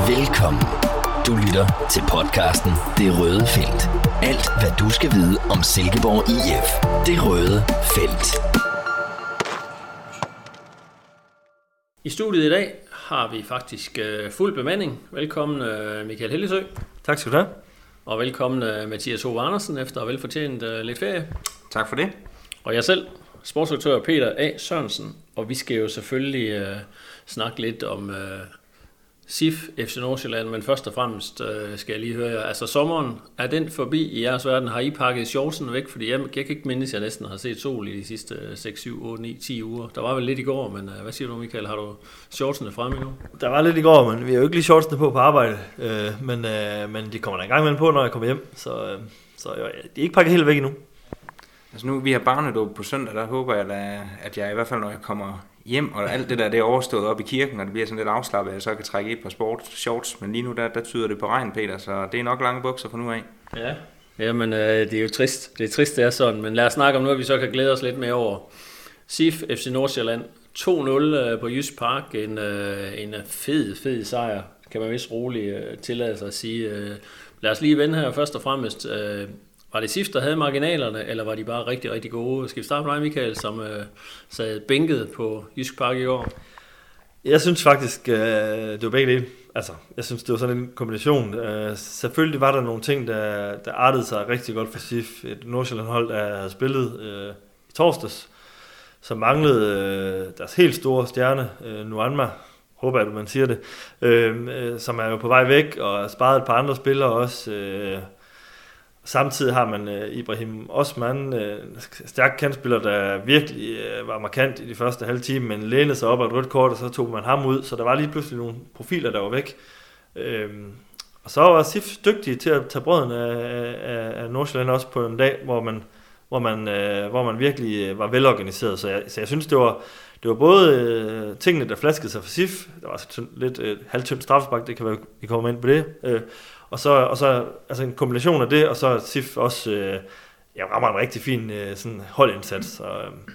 Velkommen. Du lytter til podcasten Det Røde Felt. Alt hvad du skal vide om Silkeborg IF. Det Røde Felt. I studiet i dag har vi faktisk fuld bemanding. Velkommen Michael Hellisø. Tak skal du have. Og velkommen Mathias Hove Andersen efter at velfortjent lidt ferie. Tak for det. Og jeg selv, sportsdirektør Peter A. Sørensen. Og vi skal jo selvfølgelig snakke lidt om SIF FC Nordsjælland, men først og fremmest skal jeg lige høre jer. Altså sommeren, er den forbi i jeres verden? Har I pakket shortsen væk? Fordi jeg kan ikke mindes, at jeg næsten har set sol i de sidste 6, 7, 8, 9, 10 uger. Der var vel lidt i går, men hvad siger du, Michael? Har du shortsene fremme endnu? Der var lidt i går, men vi har jo ikke lige shortsene på arbejde. Men de kommer da en gang imellem på, når jeg kommer hjem. Så de er ikke pakket helt væk endnu. Altså nu, vi har barnedåb på søndag, der håber jeg da, at jeg i hvert fald, når jeg kommer hjem, og alt det der, det er overstået op i kirken, og det bliver sådan lidt afslappet, at jeg så kan trække et par shorts. Men lige nu, der tyder det på regn, Peter, så det er nok lange bukser fra nu af. Ja, jamen det er jo trist. Det er trist, det er sådan. Men lad os snakke om noget, vi så kan glæde os lidt mere over. SIF FC Nordsjælland 2-0 på Jysk Park. En fed sejr, kan man vist roligt tillade sig at sige. Lad os lige vende her først og fremmest. Var det SIF, der havde marginalerne, eller var de bare rigtig, rigtig gode? Skal vi starte med dig, Michael, som sad bænket på Jysk Park i år? Jeg synes faktisk, det var begge dele. Altså, jeg synes, det var sådan en kombination. Selvfølgelig var der nogle ting, der artede sig rigtig godt for SIF. Et Nordsjælland-hold, der havde spillet i torsdags, som manglede deres helt store stjerne, Nuanma, håber jeg, at man siger det, som er jo på vej væk, og sparet et par andre spillere også. Samtidig har man Ibrahim Osman, stærk kantspiller, der virkelig var markant i de første halve time, men lænede sig op af et rødt kort, og så tog man ham ud, så der var lige pludselig nogle profiler, der var væk. Og så var SIF dygtige til at tage brøden af Nordsjælland også på en dag, hvor man virkelig var velorganiseret. Så jeg synes, det var både tingene, der flaskede sig for SIF, der var lidt halvtyndt straffespark, det kan være, vi kommer ind på det, og så altså en kombination af det, og så SIF også rammer en rigtig fin sådan holdindsats. Så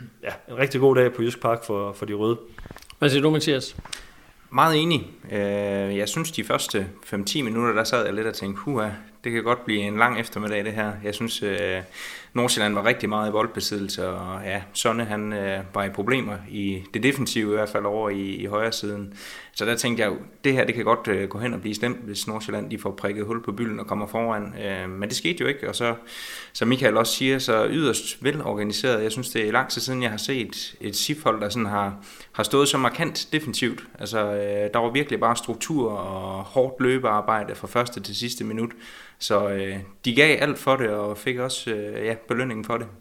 en rigtig god dag på Jysk Park for de røde. Hvad siger du, Mathias? Meget enig. Jeg synes, de første 5-10 minutter, der sad jeg lidt og tænkte, det kan godt blive en lang eftermiddag det her. Jeg synes, Nordsjælland var rigtig meget i boldbesiddelse, og Sonne han var i problemer i det defensive, i hvert fald over i højre siden. Så der tænkte jeg, det her det kan godt gå hen og blive stemt, hvis Nordsjælland de får prikket hul på bylden og kommer foran. Men det skete jo ikke, og så, som Michael også siger, så yderst velorganiseret. Jeg synes, det er lang tid siden, jeg har set et SIF-hold, der sådan har stået så markant defensivt. Altså, der var virkelig bare struktur og hårdt løbearbejde fra første til sidste minut. Så de gav alt for det, og fik også belønningen for det.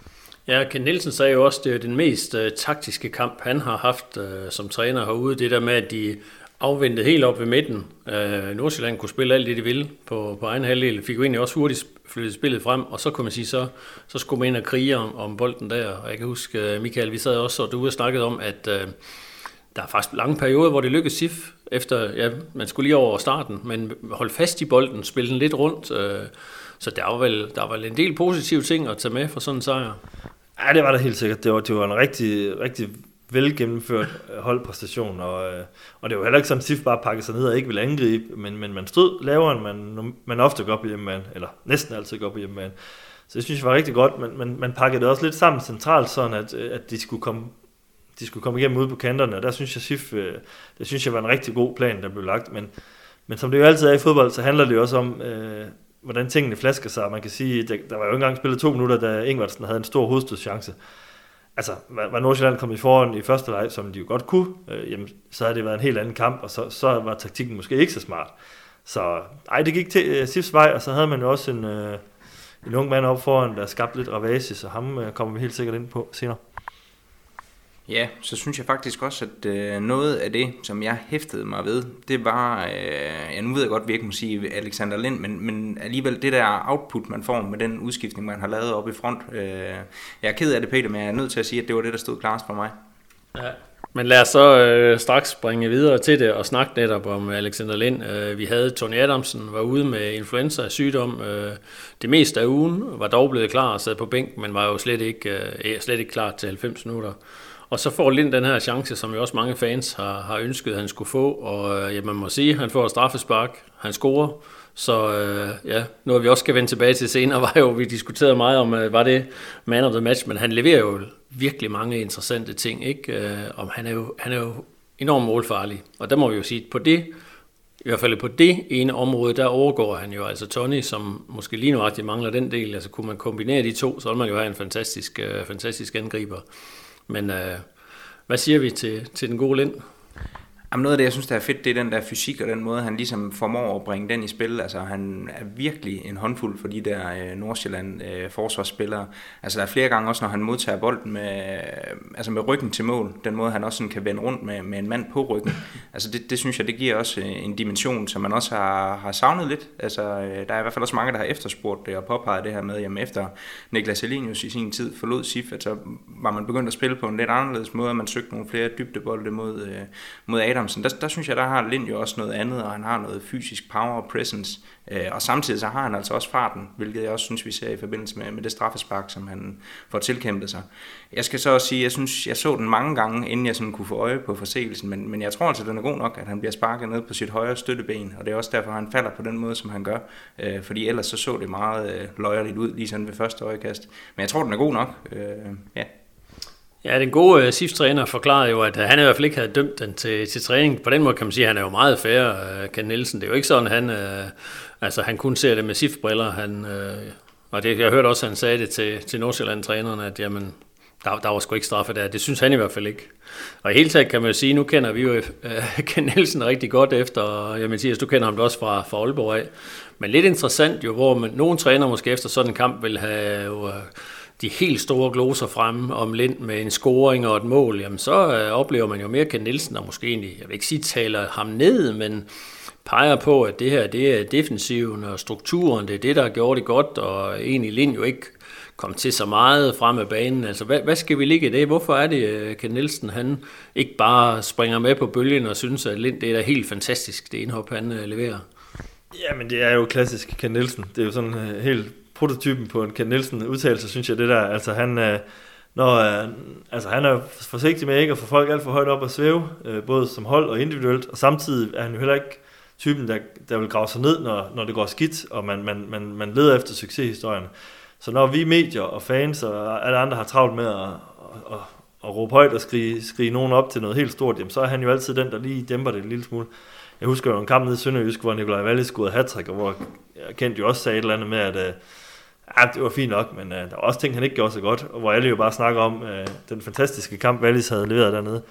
Ja, Ken Nielsen sagde jo også, at det er den mest taktiske kamp, han har haft som træner herude. Det der med, at de afventede helt op ved midten. Nordsjælland kunne spille alt det, de ville på egen halvdel. Fik jo egentlig også hurtigt flyttet spillet frem, og så kunne man sige, så skulle man ind og krige om bolden der. Og jeg kan huske, Michael, vi sad også, og du har snakket om, at der er faktisk lange perioder, hvor det lykkedes SIF efter, man skulle lige over starten, men holde fast i bolden, spille den lidt rundt. Så der var vel en del positive ting at tage med for sådan en sejr. Ja, det var det helt sikkert. Det var en rigtig, rigtig velgennemført holdpræstation, og det var heller ikke sådan, at SIF bare pakkede sig ned og ikke ville angribe, men man stod lavere, end man ofte går på hjemmebane, eller næsten altid går på hjemmebane. Så det synes jeg var rigtig godt, men man pakkede det også lidt sammen centralt, sådan at de skulle komme igennem ude på kanterne, og der synes jeg, SIF, det synes jeg var en rigtig god plan, der blev lagt, men som det jo altid er i fodbold, så handler det jo også om, hvordan tingene flasker sig. Man kan sige, der var jo ikke engang spillet 2 minutter, da Ingvartsen havde en stor hovedstødschance. Altså, var Nordsjælland kommet i foran i første leg, som de jo godt kunne, så havde det været en helt anden kamp, og så var taktikken måske ikke så smart. Så det gik til SIFs vej, og så havde man jo også en ung mand op foran, der skabte lidt ravage, så ham kommer vi helt sikkert ind på senere. Ja, så synes jeg faktisk også, at noget af det, som jeg hæftede mig ved, det var, nu ved jeg godt, vi ikke må sige Alexander Lind, men alligevel det der output, man får med den udskiftning, man har lavet op i front. Jeg er ked af det, Peter, men jeg er nødt til at sige, at det var det, der stod klarest for mig. Ja. Men lad os så straks springe videre til det og snakke netop om Alexander Lind. Vi havde Tony Adamsen, var ude med influenza-sygdom. Det meste af ugen var dog blevet klar og sad på bænk, men var jo slet ikke klar til 90 minutter. Og så får Lind den her chance, som jo også mange fans har ønsket, at han skulle få. Og man må sige, at han får et straffespark. Han scorer. Så noget vi også skal vende tilbage til senere, var jo, vi diskuterede meget om, var det man of the match, men han leverer jo virkelig mange interessante ting, ikke? Om han er jo enormt målfarlig. Og der må vi jo sige, i hvert fald på det ene område, der overgår han jo altså Tony, som måske lige nu mangler den del. Altså kunne man kombinere de to, så ville man jo have en fantastisk angriber. Men hvad siger vi til den gode Lind? Jamen noget af det, jeg synes, der er fedt, det er den der fysik og den måde, han ligesom formår at bringe den i spil. Altså han er virkelig en håndfuld for de der Nordsjælland forsvarsspillere. Altså der er flere gange også, når han modtager bolden med ryggen til mål. Den måde, han også sådan kan vende rundt med en mand på ryggen. Altså det synes jeg, det giver også en dimension, som man også har savnet lidt. Altså der er i hvert fald også mange, der har efterspurgt det og påpeget det her med, jamen efter Niklas Elenius i sin tid forlod SIF, så var man begyndt at spille på en lidt anderledes måde, og man søgte nogle flere dybdebolde mod Adam. Der synes jeg, der har Lind jo også noget andet, og han har noget fysisk power og presence, og samtidig så har han altså også farten, hvilket jeg også synes, vi ser i forbindelse med det straffespark, som han får tilkæmpet sig. Jeg skal så også sige, jeg synes, jeg så den mange gange, inden jeg sådan kunne få øje på forseelsen, men jeg tror altså, den er god nok, at han bliver sparket ned på sit højre støtteben, og det er også derfor, han falder på den måde, som han gør, fordi ellers så det meget løjerligt ud, lige sådan ved første øjekast. Men jeg tror, den er god nok, ja. Ja, den gode SIF-træner forklarede jo, at han i hvert fald ikke havde dømt den til træning. På den måde kan man sige, at han er jo meget fair, Ken Nielsen. Det er jo ikke sådan, han kun ser det med SIF-briller. Og det, jeg hørte også, at han sagde det til Nordsjælland-trænerne, at jamen, der var sgu ikke straffe der. Det synes han i hvert fald ikke. Og i hele taget kan man jo sige, nu kender vi jo Ken Nielsen rigtig godt efter, og Mathias, du kender ham da også fra Aalborg af. Men lidt interessant jo, hvor nogle træner måske efter sådan en kamp vil have de helt store gloser fremme om Lind med en scoring og et mål, jamen så oplever man jo mere Ken Nielsen, der måske egentlig, jeg vil ikke sige taler ham ned, men peger på, at det her, det er defensiven og strukturen, det er det, der har gjort det godt, og egentlig Lind jo ikke kom til så meget frem af banen. Altså, hvad skal vi ligge i det? Hvorfor er det, Ken Nielsen, han ikke bare springer med på bølgen og synes, at Lind, det er da helt fantastisk, det indhop, han leverer? Jamen, det er jo klassisk Ken Nielsen. Det er jo sådan helt prototypen på en Ken Nielsen udtalelse, synes jeg, det der. Altså han er forsigtig med ikke at få folk alt for højt op at svæve, både som hold og individuelt, og samtidig er han jo heller ikke typen, der vil grave sig ned, når det går skidt, og man leder efter succeshistorien. Så når vi medier og fans og alle andre har travlt med at råbe højt og skrige nogen op til noget helt stort, jamen, så er han jo altid den, der lige dæmper det en lille smule. Jeg husker jo en kamp nede i Sønderjysk, hvor Nikolaj Wallis scorede hattrick, og hvor jeg kendte jo også sagde et eller andet med, at det var fint nok, men der var også ting, han ikke gjorde så godt, og hvor alle jo bare snakker om den fantastiske kamp, Wallis havde leveret dernede.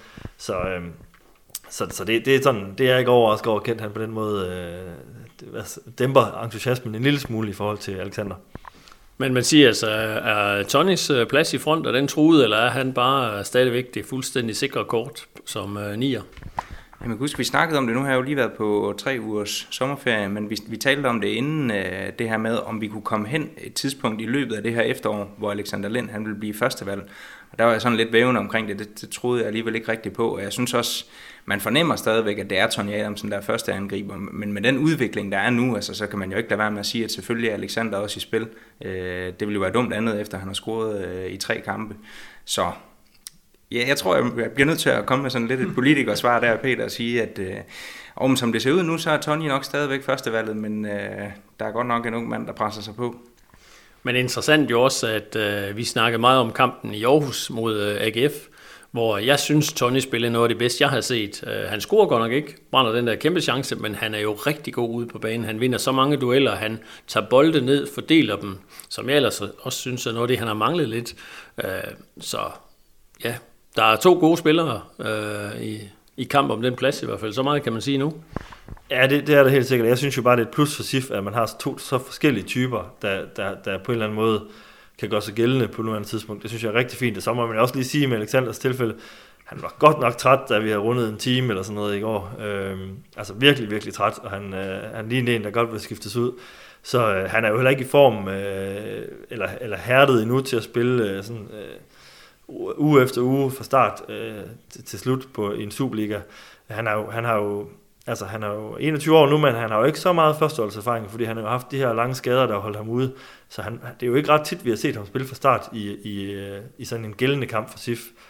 Så det er sådan, det er ikke overrasket over, kendt han på den måde dæmper entusiasmen en lille smule i forhold til Alexander. Men man siger altså, er Tonys plads i front, er den truet, eller er han bare stadigvæk det fuldstændig sikre kort som nier? Jamen husk, vi snakkede om det, nu har jeg jo lige været på 3 ugers sommerferie, men vi talte om det inden det her med, om vi kunne komme hen et tidspunkt i løbet af det her efterår, hvor Alexander Lind han ville blive førstevalg. Og der var jeg sådan lidt vævende omkring det troede jeg alligevel ikke rigtigt på, og jeg synes også, man fornemmer stadigvæk, at det er Tony Adamsen, der er første angriber, men med den udvikling, der er nu, altså, så kan man jo ikke lade være med at sige, at selvfølgelig er Alexander også i spil. Det ville jo være dumt andet, efter han har scoret i 3 kampe. Så ja, jeg tror, jeg bliver nødt til at komme med sådan lidt et politikersvar der, Peter, og sige, at som det ser ud nu, så er Tony nok stadigvæk førstevalget, men der er godt nok en ung mand, der presser sig på. Men interessant jo også, at vi snakkede meget om kampen i Aarhus mod AGF, hvor jeg synes, Tony spiller noget af det bedste, jeg har set. Han scorer godt nok ikke, brænder den der kæmpe chance, men han er jo rigtig god ude på banen. Han vinder så mange dueller, han tager bolde ned, fordeler dem, som jeg ellers også synes er noget af det, han har manglet lidt. Så ja, der er 2 gode spillere i kamp om den plads i hvert fald. Så meget kan man sige nu. Ja, det er det helt sikkert. Jeg synes jo bare, det er et plus for SIF, at man har 2 så forskellige typer, der på en eller anden måde kan gøre sig gældende på nuværende tidspunkt. Det synes jeg er rigtig fint. Det samme må man også lige sige med Alexanders tilfælde. Han var godt nok træt, da vi havde rundet en time eller sådan noget i går. Altså virkelig, virkelig træt, og han lignede en, der godt vil skiftes ud. Så han er jo heller ikke i form eller hærdet endnu til at spille uge efter uge fra start til slut i en Superliga. Han er jo 21 år nu, men han har jo ikke så meget førsteholdserfaring, fordi han har jo haft de her lange skader, der har holdt ham ude. Så det er jo ikke ret tit, vi har set ham spille fra start i sådan en gældende kamp for SIF.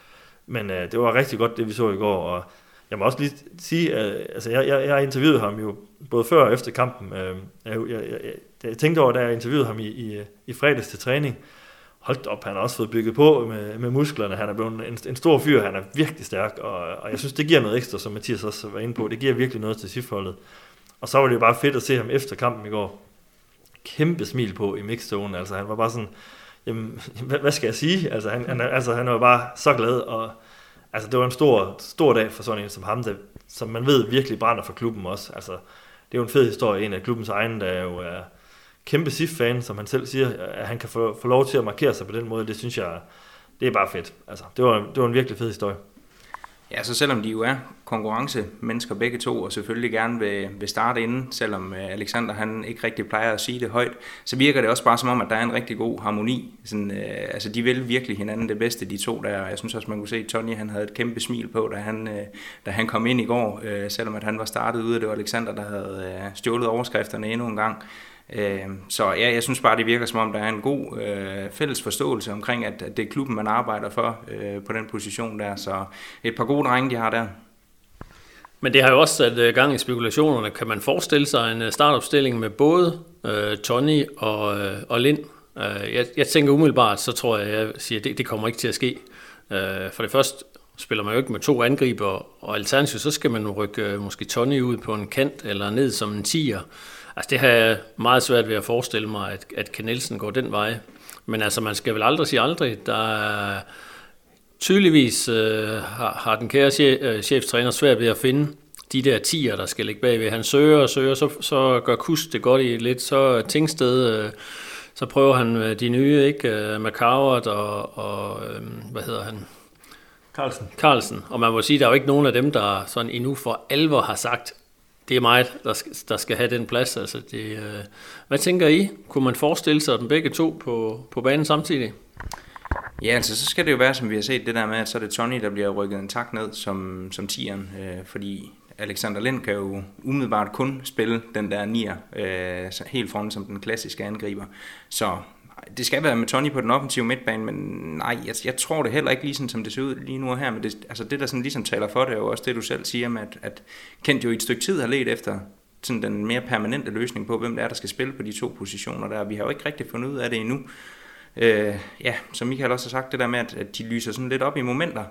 Men det var rigtig godt, det vi så i går, og jeg må også lige sige, altså jeg interviewede ham jo både før og efter kampen. Jeg tænkte over, da jeg interviewede ham i fredags til træning. Holdt op, han har også fået bygget på med musklerne. Han er blevet en stor fyr, han er virkelig stærk, og jeg synes, det giver noget ekstra, som Mathias også var inde på. Det giver virkelig noget til SIF-holdet. Og så var det jo bare fedt at se ham efter kampen i går. Kæmpe smil på i mixzone. Altså han var bare sådan, jamen, hvad skal jeg sige? Altså han var bare så glad, og altså det var en stor dag for sådan en som ham, som man ved virkelig brænder for klubben også. Altså det er jo en fed historie, en af klubbens egne, der jo er kæmpe SIF-fan, som han selv siger, at han kan få lov til at markere sig på den måde. Det synes jeg, det er bare fedt. Altså det var en virkelig fed historie. Ja, så selvom de jo er konkurrencemennesker begge to, og selvfølgelig gerne vil starte inden, selvom Alexander han ikke rigtig plejer at sige det højt, så virker det også bare som om, at der er en rigtig god harmoni. Sådan, altså de vil virkelig hinanden det bedste, de to der. Jeg synes også, man kunne se, at Tony han havde et kæmpe smil på, da han kom ind i går, selvom at han var startet ude, og det var Alexander, der havde stjålet overskrifterne endnu en gang. Så ja, jeg synes bare, det virker som om, der er en god fælles forståelse omkring, at det er klubben, man arbejder for på den position der. Så et par gode drenge, de har der. Men det har jo også sat gang i spekulationerne. Kan man forestille sig en startopstilling med både Tony og Lind? Jeg tænker umiddelbart, så tror jeg siger, at det kommer ikke til at ske. For det første spiller man jo ikke med 2 angriber, og alternativt så skal man rykke måske Tony ud på en kant eller ned som en 10'er. Altså det har jeg meget svært ved at forestille mig, at Ken Nielsen går den vej. Men altså man skal vel aldrig sige aldrig. Der er tydeligvis har den kære cheftræner svært ved at finde de der 10'er, der skal ligge bagved. Han søger, så gør Kus det godt i lidt. Så Tingsted, så prøver han de nye, ikke? McCoward og hvad hedder han? Carlsen. Og man må sige, der er jo ikke nogen af dem, der sådan endnu for alvor har sagt, det er mig, der skal have den plads. Altså hvad tænker I? Kunne man forestille sig dem begge to på banen samtidig? Ja, altså så skal det jo være, som vi har set det der med, at så er det Tony, der bliver rykket en tak ned som 10'eren, fordi Alexander Lind kan jo umiddelbart kun spille den der 9'er helt foran som den klassiske angriber. Så det skal være med Tony på den offensive midtbane, men nej, jeg tror det heller ikke lige sådan, som det ser ud lige nu og her. Men det der sådan ligesom taler for det, er jo også det, du selv siger med, at Kent jo i et stykke tid har ledt efter sådan den mere permanente løsning på, hvem det er, der skal spille på de 2 positioner der. Vi har jo ikke rigtig fundet ud af det endnu. Ja, som Michael også har sagt, det der med, at de lyser sådan lidt op i momenter.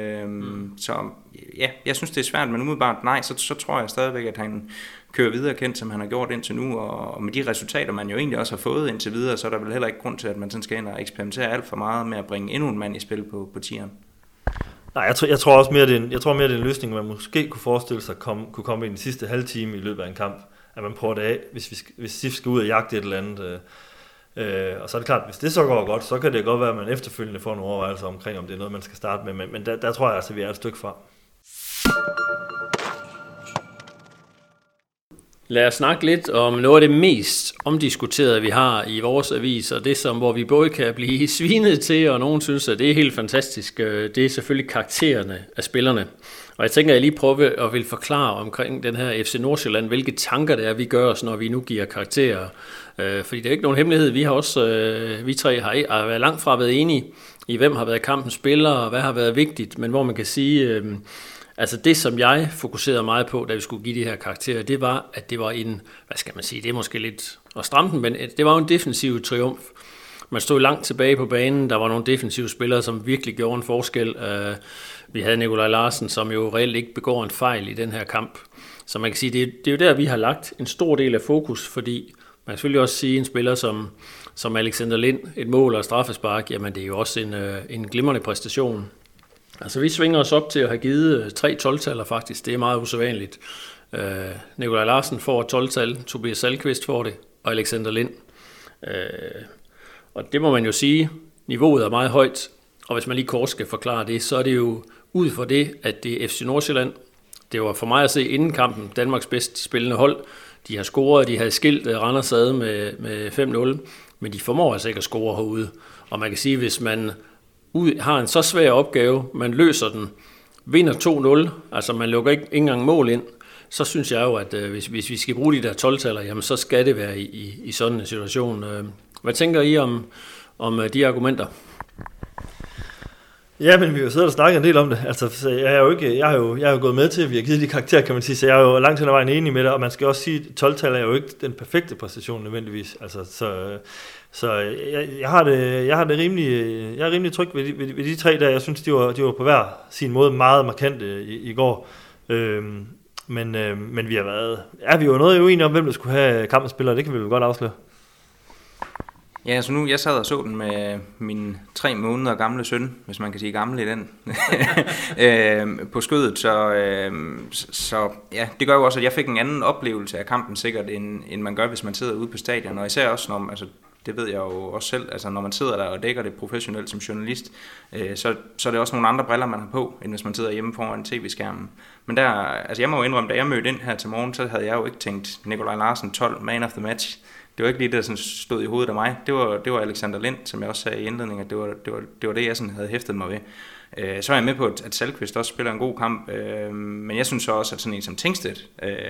Så ja, jeg synes, det er svært, men umiddelbart nej, så tror jeg stadigvæk, at han kører videre Kent, som han har gjort indtil nu, og med de resultater, man jo egentlig også har fået indtil videre, så er der vel heller ikke grund til, at man sådan skal ind og eksperimentere alt for meget med at bringe endnu en mand i spil på 10'eren. Nej, jeg tror også mere, det er en løsning, man måske kunne forestille sig kunne komme i den sidste halve time i løbet af en kamp, at man prøver det af, hvis SIF skal ud og jagte et eller andet. Og så er det klart, hvis det så går godt, så kan det godt være, at man efterfølgende får nogle overvejelser omkring, om det er noget, man skal starte med. Men der tror jeg altså, at vi er et stykke fra. Lad os snakke lidt om noget af det mest omdiskuterede, vi har i vores avis, og det som, hvor vi både kan blive svinet til, og nogen synes, at det er helt fantastisk, det er selvfølgelig karaktererne af spillerne. Og jeg tænker, at jeg lige prøver at vil forklare omkring den her FC Nordsjælland, hvilke tanker det er, vi gør os, når vi nu giver karakterer. Fordi det er ikke nogen hemmelighed. Vi har også, vi tre har været langt fra været enige i, hvem har været kampens spillere, og hvad har været vigtigt, men hvor man kan sige, altså det, som jeg fokuserede meget på, da vi skulle give de her karakterer, det var, at det var en, hvad skal man sige, det er måske lidt at stramme den, men det var jo en defensiv triumf. Man stod langt tilbage på banen, der var nogle defensive spillere, som virkelig gjorde en forskel. Vi havde Nikolaj Larsen, som jo reelt ikke begår en fejl i den her kamp. Så man kan sige, det er jo der, vi har lagt en stor del af fokus, fordi man kan selvfølgelig også sige, en spiller som Alexander Lind, et mål og straffespark, jamen det er jo også en glimrende præstation. Altså vi svinger os op til at have givet 3 12-taller faktisk, det er meget usædvanligt. Nikolaj Larsen får et 12-tal, Tobias Salkvist får det, og Alexander Lind. Og det må man jo sige, niveauet er meget højt, og hvis man lige kort skal forklare det, så er det jo ud fra det, at det er FC Nordsjælland. Det var for mig at se inden kampen Danmarks bedst spillende hold. De har scoret, de har skilt Randers ad med 5-0, men de formår altså ikke at score herude. Og man kan sige, hvis man har en så svær opgave, man løser den, vinder 2-0, altså man lukker ikke engang mål ind, så synes jeg jo, at hvis vi skal bruge de der 12-taller, jamen så skal det være i sådan en situation. Hvad tænker I om de argumenter? Ja, men vi har jo siddet og snakket en del om det. Altså, jeg har jo gået med til, at vi har givet de karakterer, kan man sige, så jeg er jo langt hen ad vejen enig med det, og man skal også sige, at 12-tal er jo ikke den perfekte præstation nødvendigvis. Altså, så jeg har det rimelig tryg ved de tre der. Jeg synes, de var på hver sin måde meget markante i går. Men vi har været... Ja, vi var noget uenige om, hvem der skulle have kampens spillere. Det kan vi jo godt afsløre. Ja, så nu jeg sad og så den med min 3 måneder gamle søn, hvis man kan sige gammel i den, på skødet, så ja, det gør jo også, at jeg fik en anden oplevelse af kampen sikkert, end man gør, hvis man sidder ude på stadion, og især også, når, altså, det ved jeg jo også selv, altså når man sidder der og dækker det professionelt som journalist, så er det også nogle andre briller, man har på, end hvis man sidder hjemme foran tv-skærmen. Men der, altså jeg må jo indrømme, da jeg mødte ind her til morgen, så havde jeg jo ikke tænkt Nikolaj Larsen 12, man of the match. Det var ikke lige det, der sådan stod i hovedet af mig. Det var Alexander Lind, som jeg også sagde i indledningen, at det var det, jeg sådan havde hæftet mig ved. Så er jeg med på, at Salkvist også spiller en god kamp, men jeg synes så også, at sådan en som Tingstedt,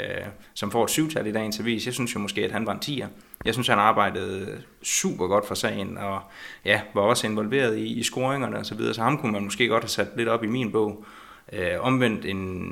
som får et 7-tal i dagens avis, jeg synes jo måske, at han var en 10'er. Jeg synes, han arbejdede super godt for sagen, og ja, var også involveret i scoringerne og så videre, så ham kunne man måske godt have sat lidt op i min bog. Omvendt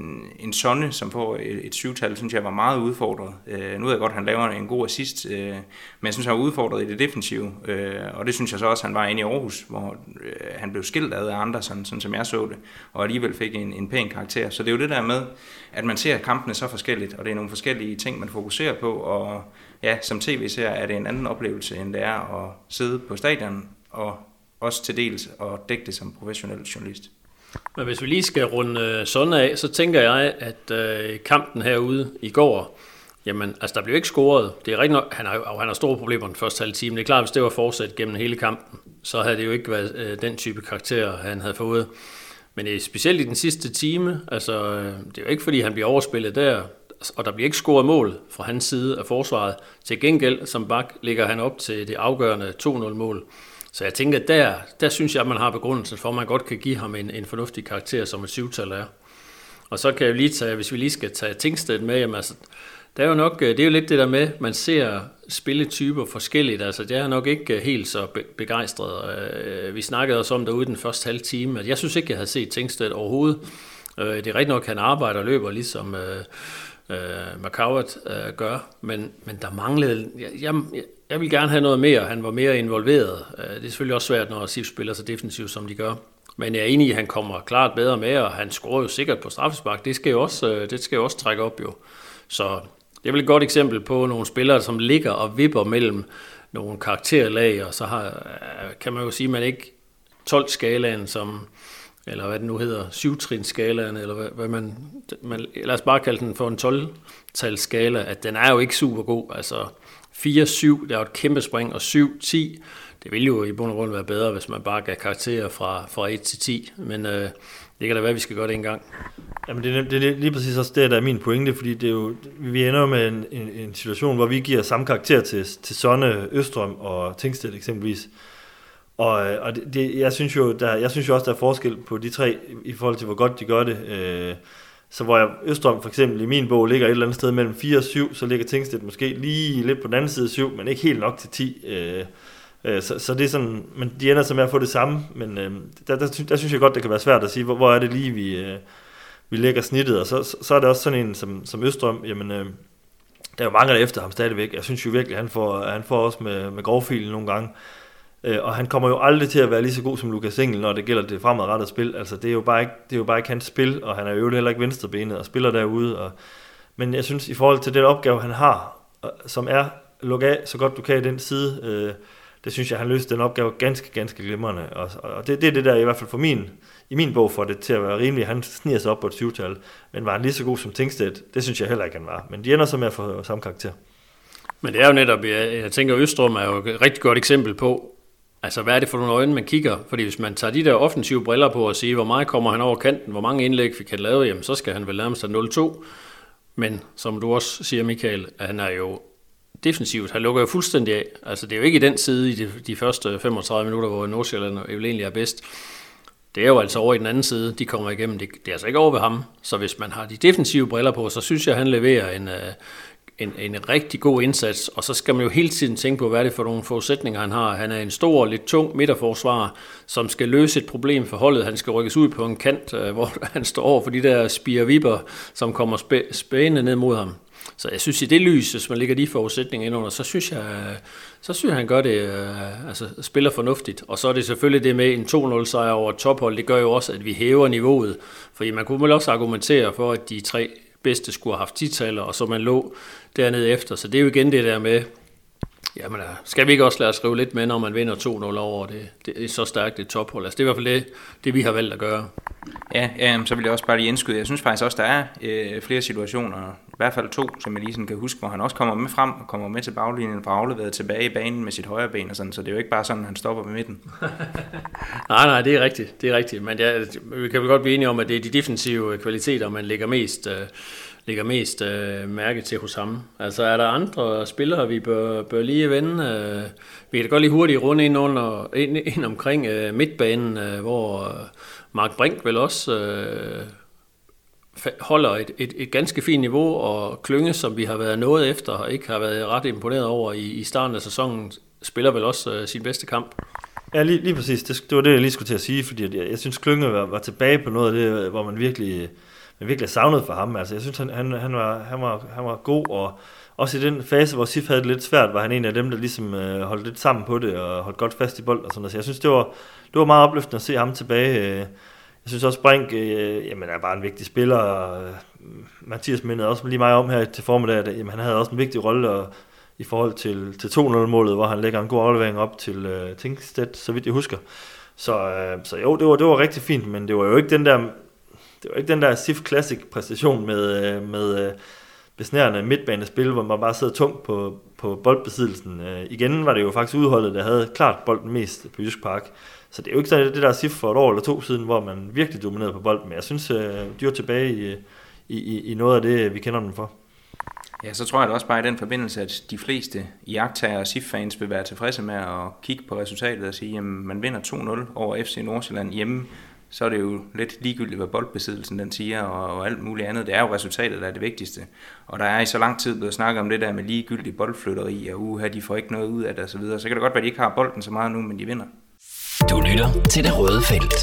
en Sonne, som får et 7-tal, synes jeg var meget udfordret. Nu ved jeg godt, at han laver en god assist, men jeg synes, han var udfordret i det defensive, og det synes jeg så også, han var inde i Aarhus, hvor han blev skilt af andre, sådan som jeg så det, og alligevel fik en pæn karakter. Så det er jo det der med, at man ser kampene så forskelligt, og det er nogle forskellige ting, man fokuserer på, og ja, som tv-seer er det en anden oplevelse, end det er at sidde på stadion, og også til dels at dække det som professionel journalist. Men hvis vi lige skal runde sådan af, så tænker jeg, at kampen herude i går, jamen, altså der blev ikke scoret. Det er rigtigt nok, han har store problemer den første halve time. Det er klart, hvis det var fortsat gennem hele kampen, så havde det jo ikke været den type karakter, han havde fået. Men specielt i den sidste time, altså det er jo ikke fordi, han bliver overspillet der, og der bliver ikke scoret mål fra hans side af forsvaret. Til gengæld, som bak, ligger han op til det afgørende 2-0-mål. Så jeg tænker, der synes jeg, at man har begrundelsen for, at man godt kan give ham en fornuftig karakter, som et 7-tal er. Og så kan jeg jo lige tage, hvis vi lige skal tage Tingstedt med, jamen altså, det er jo nok, det er jo lidt det der med, man ser spilletyper forskelligt, altså det er nok ikke helt så begejstret. Vi snakkede også om derude den første halve time, at jeg synes ikke, jeg havde set Tingstedt overhovedet. Det er rigtigt nok, at han arbejder og løber ligesom McCowart gør, men der manglede... Jeg vil gerne have noget mere. Han var mere involveret. Det er selvfølgelig også svært, når SIF spiller så defensivt, som de gør. Men jeg er enig i, at han kommer klart bedre med, og han scorer jo sikkert på straffespark. Det skal jo også trække op jo. Så det er vel et godt eksempel på nogle spillere, som ligger og vipper mellem nogle karakterlag, og så kan man jo sige, at man ikke 12-skalaen, eller hvad det nu hedder, 7-trins-skalaen, eller hvad man lad os bare kalde den for en 12-tals-skala, at den er jo ikke super god. Altså 4-7, der er jo et kæmpe spring, og 7-10, det ville jo i bund og grund være bedre, hvis man bare gav karakterer fra 1 til 10, men det kan da være, at vi skal gøre det en gang. Jamen det er lige præcis også det, der er min pointe, fordi det er jo, vi ender med en situation, hvor vi giver samme karakter til Sonne, Østrøm og Tingstedt eksempelvis. Og jeg synes jo også, der er forskel på de tre i forhold til, hvor godt de gør det. Så hvor Østrøm for eksempel i min bog ligger et eller andet sted mellem 4 og 7, så ligger Tingstedt måske lige lidt på den anden side 7, men ikke helt nok til 10. Så det er sådan, men de ender så med at få det samme, men der synes jeg godt, det kan være svært at sige, hvor er det lige, vi lægger snittet, og så er det også sådan en som Østrøm, jamen der er jo mange der efter ham stadigvæk. Jeg synes jo virkelig, han får også med grovfilen nogle gange. Og han kommer jo aldrig til at være lige så god som Lukas Engel, når det gælder det fremadrettede spil. Altså det er jo bare ikke hans spil, og han er jo heller ikke venstrebenet og spiller derude. Men jeg synes, i forhold til den opgave, han har, som er lukke af så godt du kan i den side, det synes jeg, han løste den opgave ganske, ganske glimrende. Og det er det der, i hvert fald for i min bog, får det til at være rimeligt. Han sniger sig op på et 7-tal, men var han lige så god som Tingstedt? Det synes jeg heller ikke, han var. Men de ender så med at få samme karakter. Men det er jo netop, jeg tænker, Østrøm er jo et rigtig godt eksempel på, altså, hvad er det for nogle øjne, man kigger? Fordi hvis man tager de der offensive briller på og siger, hvor meget kommer han over kanten, hvor mange indlæg fik han lavet, jamen, så skal han vel nærmest have 0-2. Men som du også siger, Michael, at han er jo defensivt. Han lukker jo fuldstændig af. Altså, det er jo ikke i den side i de første 35 minutter, hvor Nordsjælland jo egentlig er bedst. Det er jo altså over i den anden side, de kommer igennem. Det er altså ikke over ved ham. Så hvis man har de defensive briller på, så synes jeg, at han leverer en rigtig god indsats, og så skal man jo hele tiden tænke på, hvad er det for nogle forudsætninger, han har. Han er en stor, lidt tung midterforsvarer, som skal løse et problem for holdet. Han skal rykkes ud på en kant, hvor han står over for de der spire-vipper, som kommer spændende ned mod ham. Så jeg synes, i det lys, hvis man lægger de forudsætninger ind under, så synes jeg, han gør det, spiller fornuftigt. Og så er det selvfølgelig det med en 2-0 sejr over et tophold, det gør jo også, at vi hæver niveauet. Fordi man kunne vel også argumentere for, at de 3 bedste skulle have haft 10-taller, og så man lå dernede efter. Så det er jo igen det der med, jamen skal vi ikke også lade os skrive lidt med, når man vinder 2-0 over det er så stærkt et tophold. Altså det er i hvert fald det vi har valgt at gøre. Ja, så vil jeg også bare lige indskyde. Jeg synes faktisk også, der er flere situationer, i hvert fald 2, som jeg lige sådan kan huske, hvor han også kommer med frem og kommer med til baglinjen og afleveret tilbage i banen med sit højre ben og sådan, så det er jo ikke bare sådan, at han stopper ved midten. nej, det er rigtigt. Men vi kan vel godt blive enige om, at det er de defensive kvaliteter, man lægger mest mærke til hos ham. Altså er der andre spillere, vi bør lige vende? Vi kan da godt lige hurtigt runde ind omkring midtbanen, hvor Mark Brink vel også holder et ganske fint niveau, og Klynge, som vi har været nået efter, og ikke har været ret imponeret over i starten af sæsonen, spiller vel også sin bedste kamp. Ja, lige præcis. Det var det, jeg lige skulle til at sige, fordi jeg synes, Klynge var tilbage på noget af det, hvor man virkelig savnede for ham. Altså, jeg synes, han var god, og også i den fase, hvor Sif havde det lidt svært, var han en af dem, der ligesom holdt lidt sammen på det, og holdt godt fast i bold og sådan noget. Så jeg synes, det var meget opløftende at se ham tilbage. Jeg synes også, Brink er bare en vigtig spiller. Mathias mindede også lige meget om her til formiddag, at han havde også en vigtig rolle i forhold til 2-0-målet, hvor han lægger en god aflevering op til Tingstedt, så vidt jeg husker. Så jo, det var rigtig fint, men det var jo ikke den der Sif Classic præstation med besnærende midtbanespil, hvor man bare sidder tungt på boldbesiddelsen. Igen var det jo faktisk udholdet, der havde klart bolden mest på Jysk Park. Så det er jo ikke sådan det der Sif for et år eller 2 siden, hvor man virkelig dominerede på bolden. Men jeg synes, de var tilbage i noget af det, vi kender dem for. Ja, så tror jeg da også bare i den forbindelse, at de fleste iagttagere og Sif-fans vil være tilfredse med at kigge på resultatet og sige, at man vinder 2-0 over FC Nordsjælland hjemme. Så er det jo lidt ligegyldigt, hvad boldbesiddelsen den siger, og alt muligt andet. Det er jo resultatet, der er det vigtigste. Og der er i så lang tid blevet snakket om det der med ligegyldigt boldflytteri, og de får ikke noget ud af det osv. Så kan det godt være, at de ikke har bolden så meget nu, men de vinder. Du lytter til Det Røde Felt.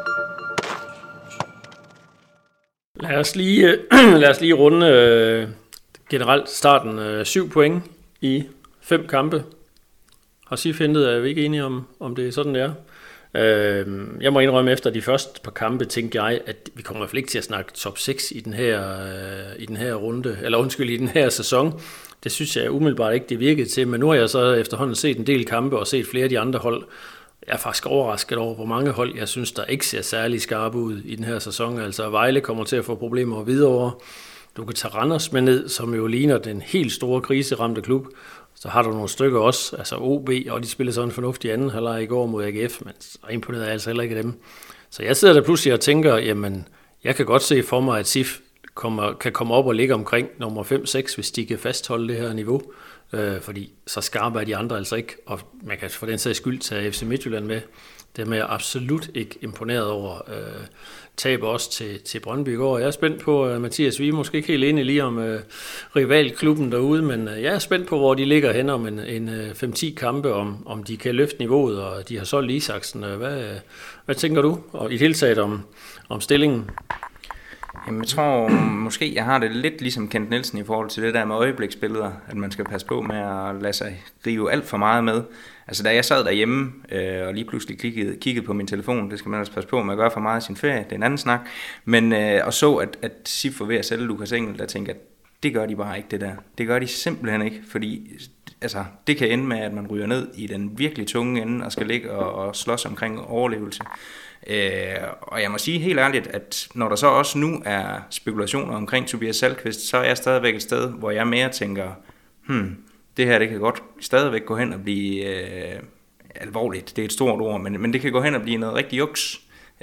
Lad os lige runde generelt starten 7 point i 5 kampe. Har Sif hentet, er vi ikke enige om det er sådan, det er? Jeg må indrømme, efter de første par kampe, tænkte jeg, at vi kommer i hvert fald ikke til at snakke top 6 i den her runde, eller undskyld, i den her sæson. Det synes jeg umiddelbart ikke, det virkede til, men nu har jeg så efterhånden set en del kampe og set flere af de andre hold. Jeg er faktisk overrasket over, hvor mange hold, jeg synes, der ikke ser særlig skarpe ud i den her sæson. Altså Vejle kommer til at få problemer videre. Du kan tage Randers med ned, som jo ligner den helt store kriseramte klub. Så har du nogle stykker også, altså OB, og de spillede sådan en fornuftig anden halvleg i går mod AGF, men så imponerede jeg altså heller ikke af dem. Så jeg sidder der pludselig og tænker, jamen, jeg kan godt se for mig, at SIF kan komme op og ligge omkring nummer 5-6, hvis de kan fastholde det her niveau. Fordi så skarpe er de andre altså ikke, og man kan for den sags skyld tage FC Midtjylland med. Det er jeg absolut ikke imponeret over. Taber også til Brøndby i går. Jeg er spændt på, Mathias, vi er måske ikke helt enige lige om rivalklubben derude, men jeg er spændt på, hvor de ligger hen om en 5-10 kampe, om de kan løfte niveauet, og de har solgt Isaksen. Hvad tænker du? Og i det hele taget om stillingen? Jamen, jeg tror måske, jeg har det lidt ligesom Kent Nielsen i forhold til det der med øjebliksbilleder, at man skal passe på med at lade sig rive alt for meget med. Altså, da jeg sad derhjemme og lige pludselig kiggede på min telefon, det skal man også passe på med at gøre for meget i sin ferie, det er en anden snak, men og så, at SIF var ved at sælge Lukas Engel, der tænker, at det gør de bare ikke det der. Det gør de simpelthen ikke, fordi altså, det kan ende med, at man ryger ned i den virkelig tunge ende og skal ligge og slås omkring overlevelse. Og jeg må sige helt ærligt, at når der så også nu er spekulationer omkring Tobias Salkvist, så er jeg stadigvæk et sted, hvor jeg mere tænker, det her det kan godt stadigvæk gå hen og blive alvorligt. Det er et stort ord, men det kan gå hen og blive noget rigtig juks.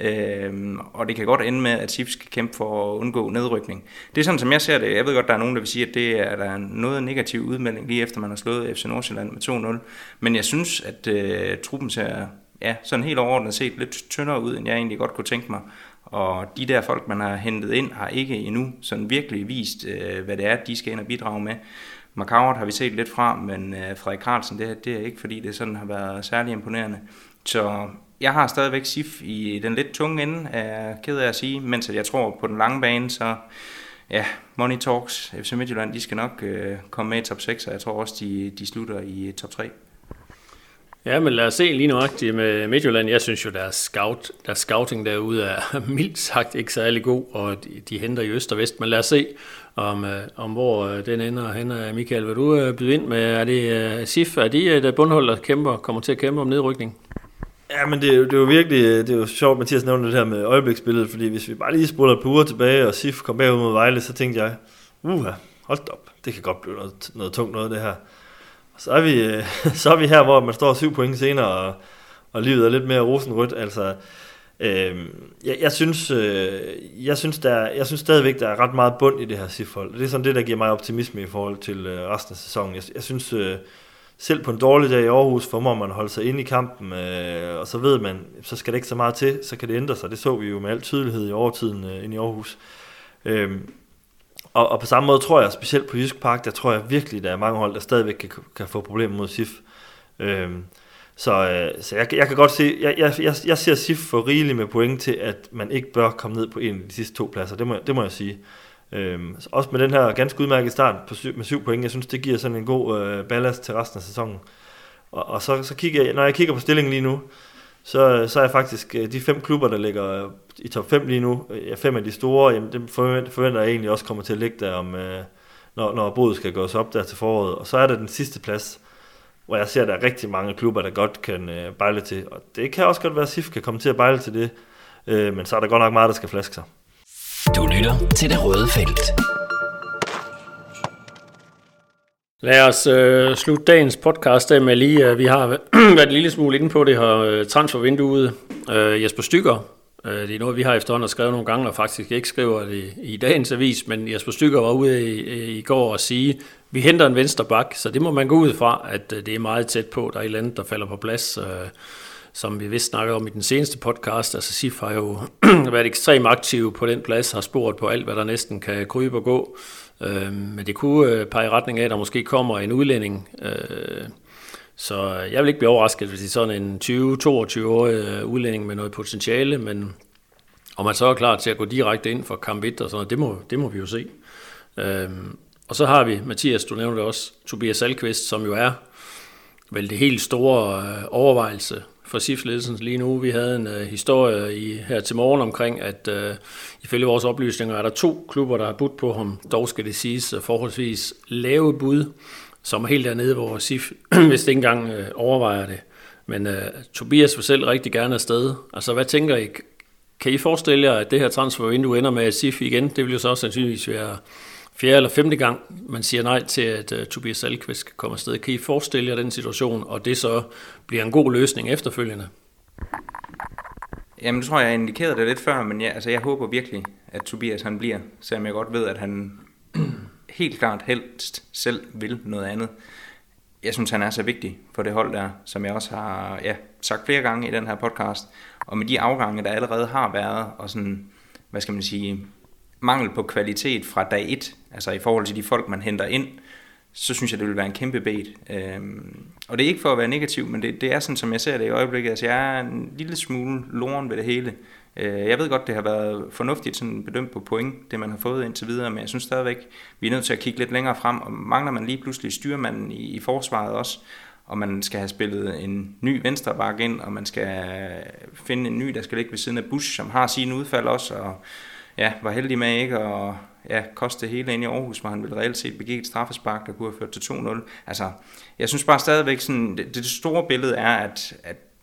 Og det kan godt ende med, at SIF skal kæmpe for at undgå nedrykning. Det er sådan, som jeg ser det. Jeg ved godt, der er nogen, der vil sige, at det er der noget negativ udmelding, lige efter man har slået FC Nordsjælland med 2-0. Men jeg synes, at truppen ser sådan helt overordnet set lidt tyndere ud, end jeg egentlig godt kunne tænke mig. Og de der folk, man har hentet ind, har ikke endnu sådan virkelig vist, hvad det er, de skal ind og bidrage med. Marcauert har vi set lidt fra, men Frederik Carlsen, det er ikke fordi det sådan har været særlig imponerende. Så jeg har stadigvæk SIF i den lidt tunge ende, er jeg ked af at sige, mens jeg tror på den lange bane, så ja, Money Talks, FC Midtjylland, de skal nok komme med i top 6, og jeg tror også, de slutter i top 3. Ja, men lad os se lige nøjagtigt med Midtjylland. Jeg synes jo, deres scouting derude er mildt sagt ikke særlig god, og de henter i øst og vest. Men lad os se, om hvor den ender hen. Michael, vil du byde ind med, er det SIF, er de et bundhold, der kommer til at kæmpe om nedrykning? Ja, men det er jo virkelig, det er jo sjovt, Mathias nævnte det her med øjebliksbilledet, fordi hvis vi bare lige spoler et par uger tilbage, og SIF kom bagud mod Vejle, så tænkte jeg, hold op, det kan godt blive noget tungt noget, det her. Så er vi her, hvor man står 7 point senere, og livet er lidt mere rosenrødt. Altså, jeg synes stadigvæk, der er ret meget bund i det her SIF-hold. Det er sådan det, der giver mig optimisme i forhold til resten af sæsonen. Jeg synes, selv på en dårlig dag i Aarhus, formår man at holde sig inde i kampen, og så ved man, så skal det ikke så meget til, så kan det ændre sig. Det så vi jo med al tydelighed i overtiden inde i Aarhus. Og på samme måde tror jeg, specielt på Jysk Park, der tror jeg virkelig, der er mange hold, der stadigvæk kan få problemer mod SIF. Så jeg kan godt se, jeg ser SIF for rigeligt med point til, at man ikke bør komme ned på en af de sidste 2 pladser. Det må jeg sige. Også med den her ganske udmærkede start med 7 point, jeg synes, det giver sådan en god ballast til resten af sæsonen. Og så kigger jeg, når jeg kigger på stillingen lige nu, så er jeg faktisk de 5 klubber, der ligger i top 5 lige nu, 5 af de store, jamen dem forventer jeg egentlig også kommer til at ligge der, når bodet skal gøres op der til foråret. Og så er der den sidste plads, hvor jeg ser, at der er rigtig mange klubber, der godt kan bejle til. Og det kan også godt være, at SIF kan komme til at bejle til det, men så er der godt nok meget, der skal flaske sig. Du lytter til Det Røde Felt. Lad os slutte dagens podcast af med lige, vi har været en lille smule inde på det her transfervinduet. Jesper Stygger, det er noget, vi har efterhånden skrevet nogle gange, og faktisk ikke skriver det i dagens avis, men Jesper Stygger var ude i går og sige, vi henter en venstre bak, så det må man gå ud fra, at det er meget tæt på, der er et eller andet, der falder på plads, som vi vist snakkede om i den seneste podcast. Altså SIF har jo været ekstremt aktiv på den plads, har spurgt på alt, hvad der næsten kan krybe og gå. Men det kunne pege i retning af, at der måske kommer en udlænding. Så jeg vil ikke blive overrasket, hvis det er sådan en 20-22-årig udlænding med noget potentiale, men om man så er klar til at gå direkte ind for kamp 1 og sådan noget, det må vi jo se. Og så har vi, Mathias, du nævnte også, Tobias Salkvist, som jo er vel det helt store overvejelse for SIF-ledelsen lige nu. Vi havde en historie her til morgen omkring, at ifølge vores oplysninger er der 2 klubber, der har budt på ham. Dog skal det siges forholdsvis lave bud, som er helt dernede, hvor SIF vist ikke engang overvejer det. Men Tobias vil selv rigtig gerne afsted. Altså, hvad tænker I? Kan I forestille jer, at det her transfervindue ender med SIF igen? Det vil jo så sandsynligvis være 4. eller 5. gang, man siger nej til, at Tobias Salkvist skal komme afsted. Kan I forestille jer den situation, og det så bliver en god løsning efterfølgende? Jamen, det tror jeg indikerede det lidt før, men jeg håber virkelig, at Tobias han bliver, selvom jeg godt ved, at han helt klart helst selv vil noget andet. Jeg synes, han er så vigtig for det hold der, som jeg også har sagt flere gange i den her podcast. Og med de afgange, der allerede har været, og sådan, hvad skal man sige, mangel på kvalitet fra dag 1, altså i forhold til de folk, man henter ind, så synes jeg, det vil være en kæmpe bed. Og det er ikke for at være negativ, men det er sådan, som jeg ser det i øjeblikket. Altså, jeg er en lille smule loren ved det hele. Jeg ved godt, det har været fornuftigt sådan bedømt på point, det man har fået indtil videre, men jeg synes stadigvæk, vi er nødt til at kigge lidt længere frem, og mangler man lige pludselig styrmanden i forsvaret også, og man skal have spillet en ny venstreback ind, og man skal finde en ny, der skal ligge ved siden af Busch, som har sine udfald også, og var heldig med ikke at koste det hele ind i Aarhus, hvor han ville reelt set begik et straffespark, der kunne have ført til 2-0. Altså, jeg synes bare stadigvæk, sådan, det store billede er, at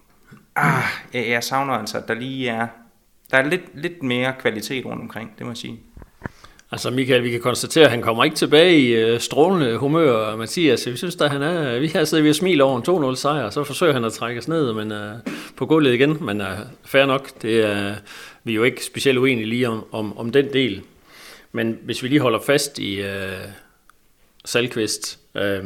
jeg savner altså, at der er lidt mere kvalitet rundt omkring, det må jeg sige. Altså Michael, vi kan konstatere, at han kommer ikke tilbage i strålende humør, Mathias. Vi synes, at han er, vi har siddet ved at smile over en 2-0 sejr, så forsøger han at trække os ned på gulvet igen, men fair nok, vi er jo ikke specielt uenige lige om den del. Men hvis vi lige holder fast i Salkvist,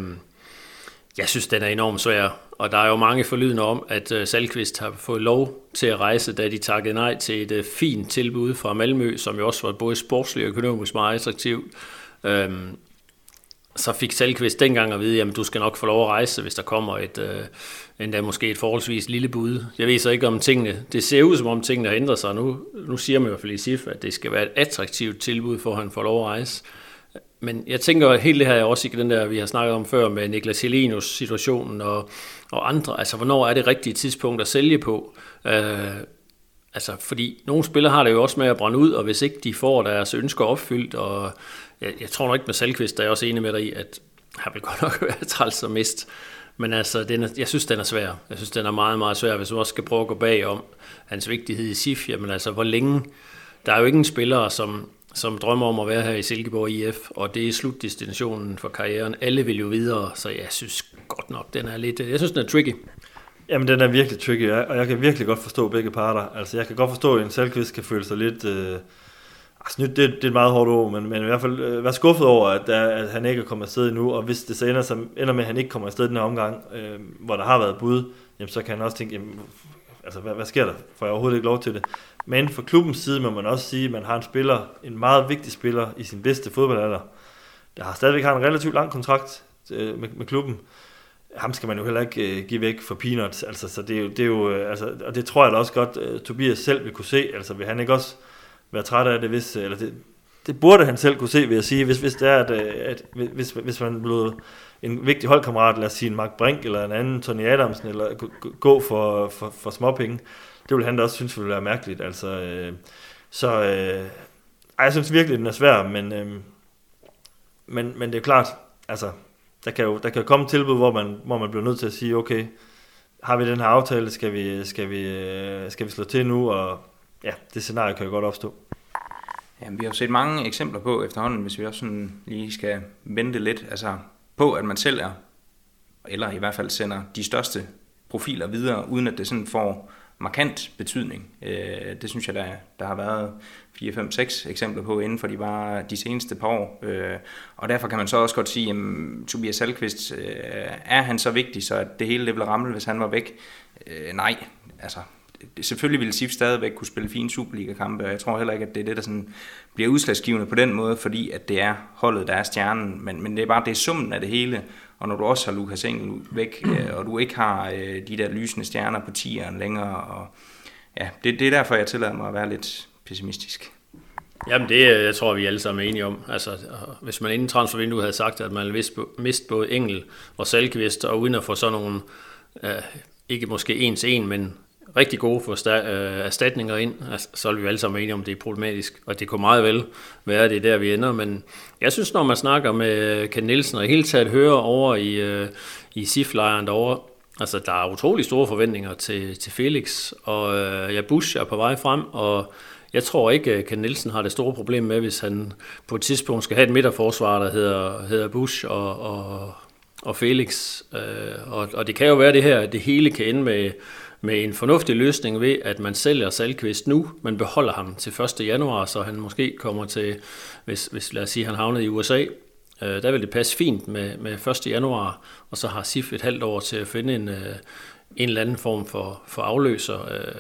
jeg synes, den er enormt svær, og der er jo mange forlydende om, at Salkvist har fået lov til at rejse, da de takkede nej til et fint tilbud fra Malmø, som jo også var både sportsligt og økonomisk meget attraktivt. så fik Salkvist dengang at vide, jamen du skal nok få lov at rejse, hvis der kommer endda måske et forholdsvis lille bud. Jeg ved så ikke om tingene, det ser ud som om tingene har ændret sig. Nu siger man i hvert fald i SIF, at det skal være et attraktivt tilbud, for at han får lov at rejse. Men jeg tænker, at hele det her er også ikke den der, vi har snakket om før med Niklas Helenius situationen og andre. Altså, hvornår er det rigtige tidspunkt at sælge på? Altså, fordi nogle spillere har det jo også med at brænde ud, og hvis ikke de får deres ønsker opfyldt, og jeg tror nok ikke med Salkvist, der er også enig med dig i, at han vil godt nok være træls og mist. Men altså, jeg synes, den er svær. Jeg synes, den er meget, meget svær, hvis du også skal prøve at gå bag om hans vigtighed i SIF. Jamen altså, hvor længe? Der er jo ingen spillere, som drømmer om at være her i Silkeborg IF, og det er slutdestinationen for karrieren. Alle vil jo videre, så jeg synes godt nok, den er lidt... Jeg synes, den er tricky. Jamen, den er virkelig tricky, og jeg kan virkelig godt forstå begge parter. Altså, jeg kan godt forstå, at en Salkvist kan føle sig lidt... snydt, det er et meget hårdt ord, men i hvert fald være skuffet over, at han ikke er kommet afsted endnu, og hvis det så ender med, at han ikke kommer afsted den her omgang, hvor der har været bud, jamen, så kan han også tænke, jamen, altså, hvad sker der? Får jeg overhovedet ikke lov til det? Men fra klubbens side må man også sige, at man har en spiller, en meget vigtig spiller i sin bedste fodboldalder, der har stadigvæk har en relativt lang kontrakt med klubben. Ham skal man jo heller ikke give væk for peanuts, altså, så det er jo altså, og det tror jeg da også godt, Tobias selv vil kunne se, altså vil han ikke også være træt af det, eller det burde han selv kunne se, vil jeg sige, hvis det er, at hvis man blev en vigtig holdkammerat, lad os sige en Mark Brink, eller en anden Tony Adamsen, eller gå for småpenge, det vil han da også synes, ville være mærkeligt, altså, jeg synes virkelig, den er svær, men det er klart, altså, der kan jo komme tilbud, hvor man bliver nødt til at sige, okay, har vi den her aftale, skal vi slå til nu, og ja, det scenarie kan jo godt opstå. Jamen, vi har jo set mange eksempler på efterhånden, hvis vi også sådan lige skal vente lidt, altså på, at man sælger, eller i hvert fald sender de største profiler videre, uden at det sådan får markant betydning. Det synes jeg, der har været 4, 5, 6 eksempler på inden for de seneste par år. Og derfor kan man så også godt sige, at Tobias Salkvist, er han så vigtig, så at det hele det ville ramme, hvis han var væk? Nej, altså selvfølgelig ville SIF stadigvæk kunne spille fine Superliga-kampe, og jeg tror heller ikke, at det er det, der sådan bliver udslagsgivende på den måde, fordi at det er holdet, der er stjernen, men det er summen af det hele, og når du også har Lukas Engel væk, og du ikke har de der lysende stjerner på 10'eren længere, og ja, det er derfor, jeg tillader mig at være lidt pessimistisk. Jamen det, jeg tror, vi alle sammen er enige om. Altså, hvis man inden transfervinduet havde sagt, at man ville miste både Engel og Salkvist, og uden at få sådan nogle, ikke måske en til en, men rigtig gode for erstatninger ind, altså, så er vi alle sammen enige om, det er problematisk, og det kunne meget vel være, det der, vi ender, men jeg synes, når man snakker med Ken Nielsen, og i hele taget hører over i SIF-lejren derovre, altså der er utrolig store forventninger til Felix, og Busch er på vej frem, og jeg tror ikke, at Ken Nielsen har det store problem med, hvis han på et tidspunkt skal have et midterforsvar, der hedder Busch og Felix, og det kan jo være det her, at det hele kan ende med en fornuftig løsning ved, at man sælger Salkvist nu, men beholder ham til 1. januar, så han måske kommer til, hvis lad os sige, han havnede i USA, der vil det passe fint med 1. januar, og så har SIF et halvt år til at finde en eller anden form for afløser.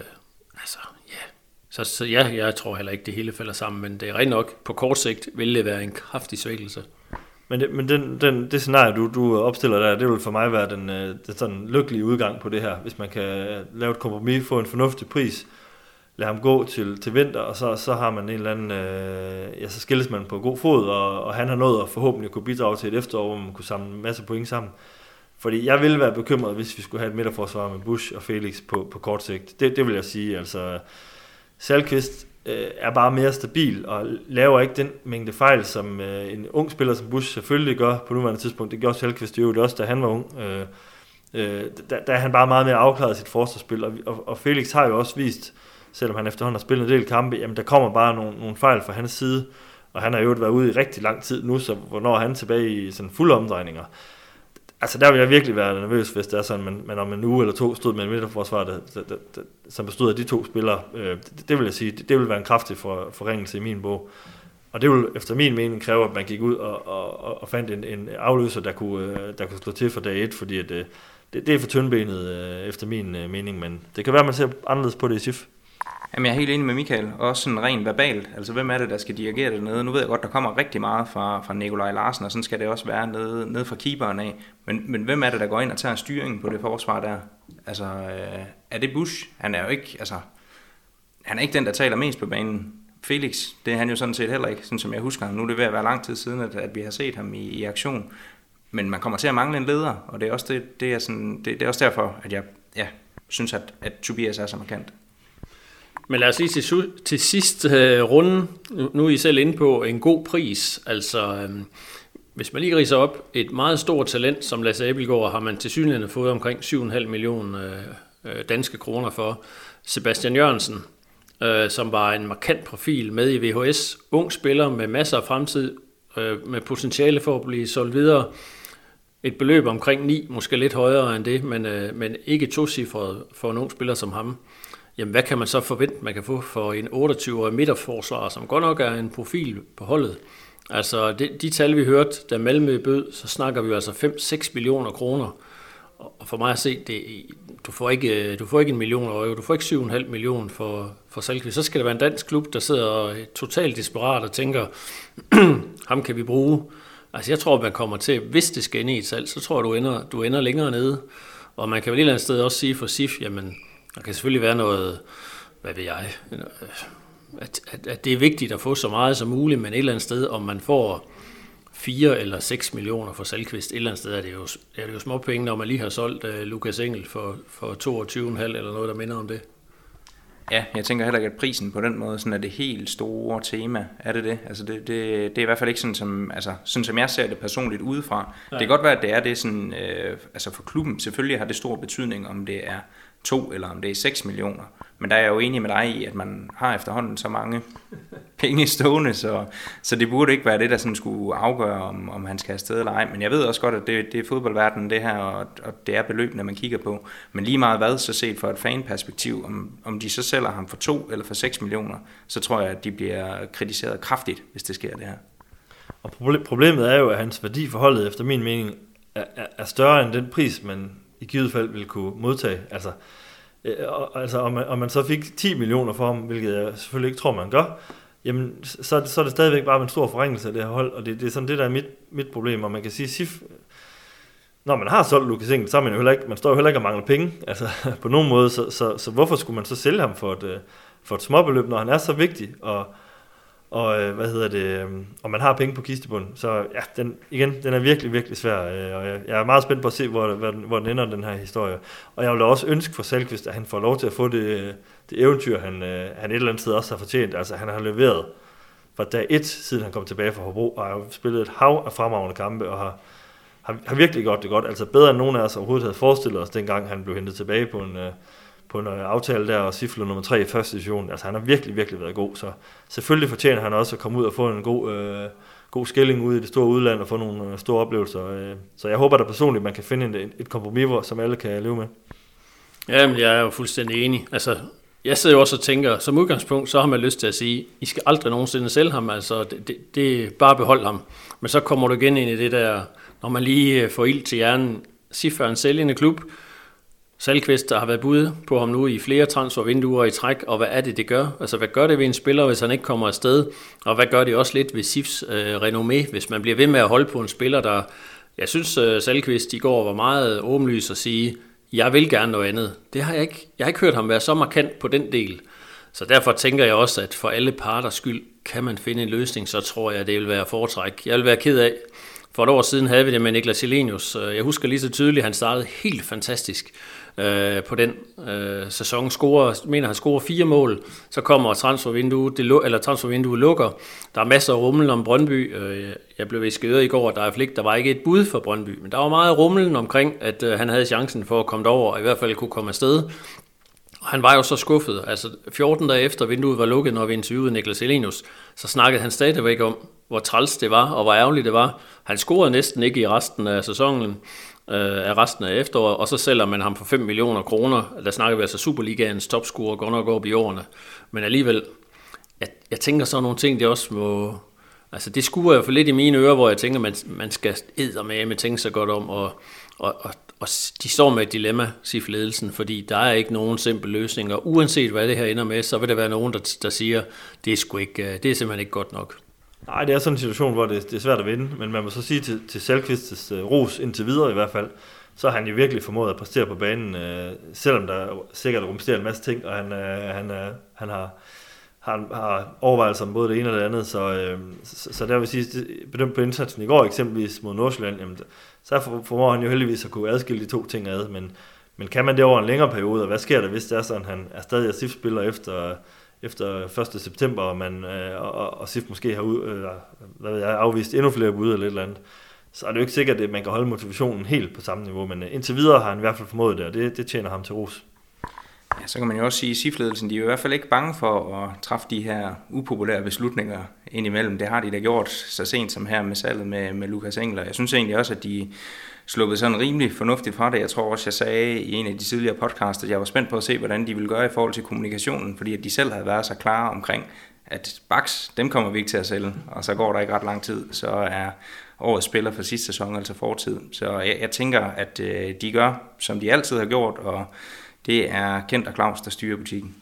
Så ja, jeg tror heller ikke, det hele falder sammen, men det er rent nok, på kort sigt vil det være en kraftig svækkelse. Men det scenarie, du opstiller der, det vil for mig være den sådan lykkelige udgang på det her. Hvis man kan lave et kompromis, få en fornuftig pris, lade ham gå til vinter, og så har man en eller anden, så skilles man på god fod, og han har nået at forhåbentlig kunne bidrage til et efterår, hvor man kunne samle en masse point sammen. Fordi jeg ville være bekymret, hvis vi skulle have et midterforsvar med Busch og Felix på kort sigt. Det vil jeg sige, altså Salkvist er bare mere stabil og laver ikke den mængde fejl, som en ung spiller som Busch selvfølgelig gør på nuværende tidspunkt. Det gjorde Salkvist jo også, da han var ung. Der er han bare meget mere afklaret i sit forsvarsspil, og Felix har jo også vist, selvom han efterhånden har spillet en del kampe, jamen der kommer bare nogle fejl fra hans side, og han har jo været ude i rigtig lang tid nu, så hvornår han tilbage i sådan fulde omdrejninger. Altså der vil jeg virkelig være nervøs, hvis det er sådan, men om en uge eller to stod med en midterforsvar, som bestod af de to spillere, det vil jeg sige, det vil være en kraftig forringelse i min bog. Og det vil efter min mening kræve, at man gik ud og fandt en afløser, der kunne slå til for dag 1, fordi det er for tyndbenet efter min mening, men det kan være, at man ser anderledes på det i SIF. Jamen, jeg er helt enig med Michael, også sådan rent verbalt. Altså, hvem er det, der skal dirigere det nede? Nu ved jeg godt, der kommer rigtig meget fra Nikolaj Larsen, og sådan skal det også være nede fra keeperen af. Men hvem er det, der går ind og tager styringen på det forsvar der? Altså, er det Busch? Han er jo ikke, altså, han er ikke den, der taler mest på banen. Felix, det er han jo sådan set heller ikke, sådan som jeg husker ham. Nu er det ved at være lang tid siden, at vi har set ham i aktion. Men man kommer til at mangle en leder, og det er også, det er også derfor, at jeg synes, at Tobias er så markant. Men lad os lige til sidst runde, nu er I selv inde på en god pris. Altså, hvis man lige ridser op, et meget stort talent som Lasse Abildgaard har man tilsyneladende fået omkring 7,5 millioner danske kroner for. Sebastian Jørgensen, som var en markant profil med i VHS. Ung spiller med masser af fremtid, med potentiale for at blive solgt videre. Et beløb omkring 9, måske lidt højere end det, men ikke tocifret for en ung spiller som ham. Jamen, hvad kan man så forvente, man kan få for en 28-årig midterforsvarer, som godt nok er en profil på holdet? Altså, de tal, vi hørte, da Malmø bød, så snakker vi altså 5-6 millioner kroner. Og for mig at se, du får ikke 1 million euro, du får ikke 7,5 millioner for Salkvist. Så skal det være en dansk klub, der sidder totalt desperat og tænker, ham kan vi bruge. Altså, jeg tror, man kommer til, hvis det skal ind i et salg, så tror jeg, du ender længere nede. Og man kan vel et eller andet sted også sige for SIF, jamen, der kan selvfølgelig være noget, hvad ved jeg, at det er vigtigt at få så meget som muligt, men et eller andet sted, om man får 4 eller 6 millioner for Salkvist, et eller andet sted er det jo småpenge, når man lige har solgt Lukas Engel for 22,5 eller noget, der minder om det. Ja, jeg tænker heller ikke, at prisen på den måde sådan er det helt store tema. Er det? Altså det er i hvert fald ikke sådan som jeg ser det personligt udefra. Ja. Det kan godt være, at det er det sådan, altså for klubben selvfølgelig har det stor betydning, om det er 2 eller om det er 6 millioner. Men der er jeg jo enig med dig i, at man har efterhånden så mange penge stående, så det burde ikke være det, der sådan skulle afgøre, om han skal afsted eller ej. Men jeg ved også godt, at det er fodboldverdenen det her, og det er beløbene, man kigger på. Men lige meget hvad, så set fra et fanperspektiv, om de så sælger ham for 2 eller for 6 millioner, så tror jeg, at de bliver kritiseret kraftigt, hvis det sker det her. Og problemet er jo, at hans værdi for holdet, efter min mening, er større end den pris, man i givet fald ville kunne modtage. Altså om man så fik 10 millioner for ham, hvilket jeg selvfølgelig ikke tror, man gør, jamen, så er det stadigvæk bare en stor forringelse af det her hold, og det er sådan det, der er mit problem, og man kan sige, SIF, når man har solgt Lukas Engel, så er man står jo heller ikke og mangler penge, altså på nogen måde, så hvorfor skulle man så sælge ham for et småbeløb, når han er så vigtig, og og man har penge på kistebunden. Så ja, den er virkelig, virkelig svær, og jeg er meget spændt på at se, hvor den ender, den her historie. Og jeg vil da også ønske for Salkvist, at han får lov til at få det eventyr, han et eller andet sted også har fortjent. Altså, han har leveret fra dag 1, siden han kom tilbage fra Hobro, og har spillet et hav af fremragende kampe, og har virkelig gjort det godt. Altså bedre end nogen af os overhovedet havde forestillet os, dengang han blev hentet tilbage på en aftale der, og SIF lå nummer 3 i første division. Altså han har virkelig, virkelig været god, så selvfølgelig fortjener han også at komme ud og få en god skilling ud i det store udland og få nogle store oplevelser. Så jeg håber da personligt, man kan finde et kompromis, som alle kan leve med. Jamen, jeg er jo fuldstændig enig. Altså, jeg sidder jo også og tænker, som udgangspunkt, så har man lyst til at sige, I skal aldrig nogensinde sælge ham, altså det bare behold ham. Men så kommer du igen ind i det der, når man lige får ild til hjernen, SIF er en sælgende klub, Salkvist, der har været bud på ham nu i flere transfervinduer i træk, og hvad er det gør? Altså, hvad gør det ved en spiller, hvis han ikke kommer afsted? Og hvad gør det også lidt ved SIFs renommé, hvis man bliver ved med at holde på en spiller, der... Jeg synes, Salkvist i går var meget åbenlys at sige, jeg vil gerne noget andet. Det har jeg har ikke hørt ham være så markant på den del. Så derfor tænker jeg også, at for alle parters skyld, kan man finde en løsning, så tror jeg, det vil være foretræk. Jeg vil være ked af... For et år siden havde vi det med Niklas Jelenius. Jeg husker lige så tydeligt, han startede helt fantastisk på den sæson. Han scorer 4 mål. Så kommer transfervinduet lukker. Der er masser af rummel om Brøndby. Jeg blev viskeret i går, at der var ikke et bud for Brøndby. Men der var meget rummelen omkring, at han havde chancen for at komme derover, og i hvert fald kunne komme afsted. Og han var jo så skuffet. Altså 14 dage efter vinduet var lukket, når vi interviewede Niklas Jelenius, så snakkede han stadigvæk om, hvor træls det var, og hvor ærgerligt det var. Han scorede næsten ikke i resten af sæsonen, resten af efteråret, og så sælger man ham for 5 millioner kroner. Der snakker vi altså Superligaens topscorer, går nok op i årene. Men alligevel, jeg tænker så nogle ting, det også må... Altså det skuer jo for lidt i mine ører, hvor jeg tænker, man skal eddermame tænke sig godt om, og Og de står med et dilemma, siger ledelsen, fordi der er ikke nogen simple løsninger. Uanset hvad det her ender med, så vil der være nogen, der siger, det er simpelthen ikke godt nok. Nej, det er sådan en situation, hvor det er svært at vinde, men man må så sige til Salkvists ros indtil videre i hvert fald, så har han jo virkelig formået at præstere på banen, selvom der sikkert rumsterer en masse ting, og han har overvejelser om både det ene og det andet, så der vil sige, bedømt på indsatsen i går eksempelvis mod Nordsjælland, jamen, så formår han jo heldigvis at kunne adskille de to ting ad, men kan man det over en længere periode, og hvad sker der, hvis det er sådan, han er stadig SIF-spiller efter 1. september, og SIF måske har afvist endnu flere bud eller et eller andet, så er det jo ikke sikkert, at man kan holde motivationen helt på samme niveau, men indtil videre har han i hvert fald formået det, og det tjener ham til ros. Ja, så kan man jo også sige, at SIF-ledelsen, de er jo i hvert fald ikke bange for at træffe de her upopulære beslutninger indimellem. Det har de da gjort så sent som her med salget med Lukas Engler. Jeg synes egentlig også, at de sluppede sådan rimelig fornuftigt fra det. Jeg tror også, jeg sagde i en af de tidligere podcasts, at jeg var spændt på at se, hvordan de ville gøre i forhold til kommunikationen, fordi at de selv havde været så klare omkring, at Baks, dem kommer vi ikke til at sælge, og så går der ikke ret lang tid, så er årets spiller for sidste sæson, altså fortid. Så jeg tænker, at de gør, som de altid har gjort, og det er Kent og Claus, der styrer butikken.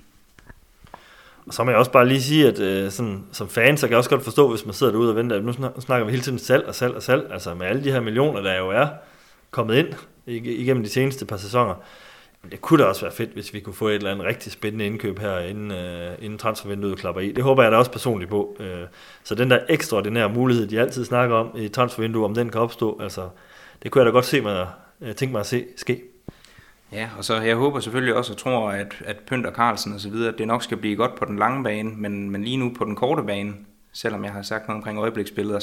Og så må jeg også bare lige sige, at sådan, som fan, så kan jeg også godt forstå, hvis man sidder derude og venter, at nu snakker vi hele tiden salg, altså med alle de her millioner, der jo er kommet ind igennem de seneste par sæsoner. Det kunne da også være fedt, hvis vi kunne få et eller andet rigtig spændende indkøb her, inden transfervinduet klapper i. Det håber jeg da også personligt på. Så den der ekstraordinære mulighed, de altid snakker om i transfervinduet, om den kan opstå, altså, det kunne jeg da godt tænke mig at se ske. Ja, og så jeg håber selvfølgelig også og tror, at Pynt og Carlsen og så videre, det nok skal blive godt på den lange bane, men lige nu på den korte bane, selvom jeg har sagt noget omkring øjebliksbilleder,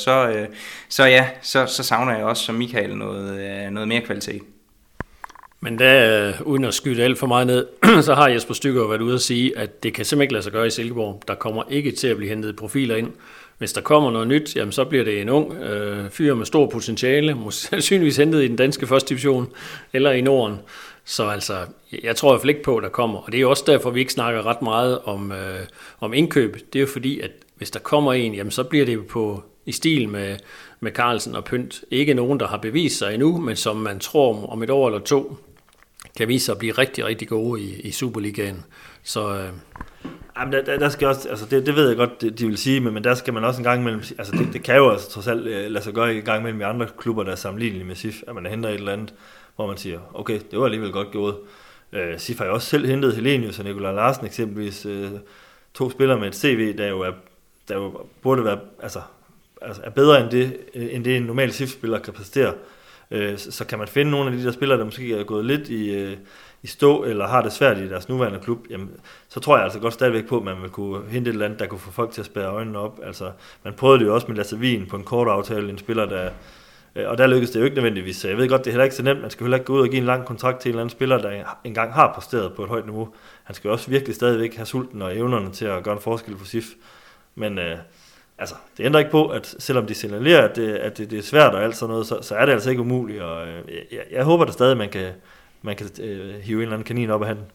så savner jeg også som Michael noget mere kvalitet. Men der, uden at skyde alt for meget ned, så har Jesper Stygger været ude at sige, at det kan simpelthen ikke lade sig gøre i Silkeborg. Der kommer ikke til at blive hentet profiler ind. Hvis der kommer noget nyt, jamen så bliver det en ung fyr med stor potentiale, måske sandsynligvis hentet i den danske første division eller i Norden. Så altså, jeg tror i hvert fald ikke på, at der kommer. Og det er jo også derfor, vi ikke snakker ret meget om indkøb. Det er jo fordi, at hvis der kommer en, jamen så bliver det jo i stil med Carlsen og Pynt. Ikke nogen, der har bevist sig endnu, men som man tror om et år eller to, kan vise sig at blive rigtig, rigtig gode i Superligaen. Så jamen, der skal også, altså det ved jeg godt, de vil sige, men der skal man også en gang imellem, altså det kan jo altså trods alt lade sig gøre en gang imellem i andre klubber, der er sammenlignelige med SIF, at man henter et eller andet, hvor man siger, okay, det var alligevel godt gået. SIF har jo også selv hentet Helenius og Nikolaj Larsen eksempelvis, to spillere med et CV, der jo burde være, altså er bedre end det en normal SIF-spiller kan præstere. Så kan man finde nogle af de der spillere, der måske er gået lidt i stå, eller har det svært i deres nuværende klub, jamen, så tror jeg altså godt stadigvæk på, at man vil kunne hente et eller andet, der kunne få folk til at spærre øjnene op. Altså, man prøvede det jo også med Lasse Wien på en kort aftale, en spiller, der og der lykkedes det jo ikke nødvendigvis. Så jeg ved godt, det er heller ikke så nemt. Man skal heller ikke gå ud og give en lang kontrakt til en eller anden spiller, der engang har præsteret på et højt niveau. Han skal jo også virkelig stadigvæk have sulten og evnerne til at gøre en forskel for SIF. Men altså, det ændrer ikke på, at selvom de signalerer, at det er svært og alt sådan noget, så er det altså ikke umuligt. Og jeg håber da stadig, man kan hive en eller anden kanin op af handen.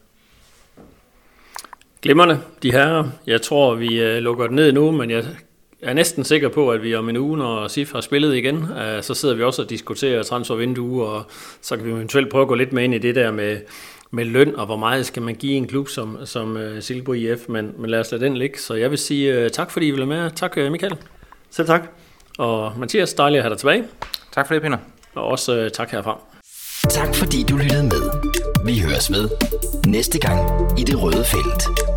Glimrende, de herrer. Jeg tror, vi lukker det ned nu, men jeg er næsten sikker på, at vi om en uge, når SIF har spillet igen, så sidder vi også og diskuterer transfervindue, og så kan vi eventuelt prøve at gå lidt med ind i det der med løn, og hvor meget skal man give en klub som Silkeborg IF, men lad os lade den ligge. Så jeg vil sige tak, fordi I ville med. Tak, Michael. Selv tak. Og Mathias, dejligt at have dig tilbage. Tak for det, Pinder. Og også tak herfra. Tak fordi du lyttede med. Vi høres ved næste gang i Det Røde Felt.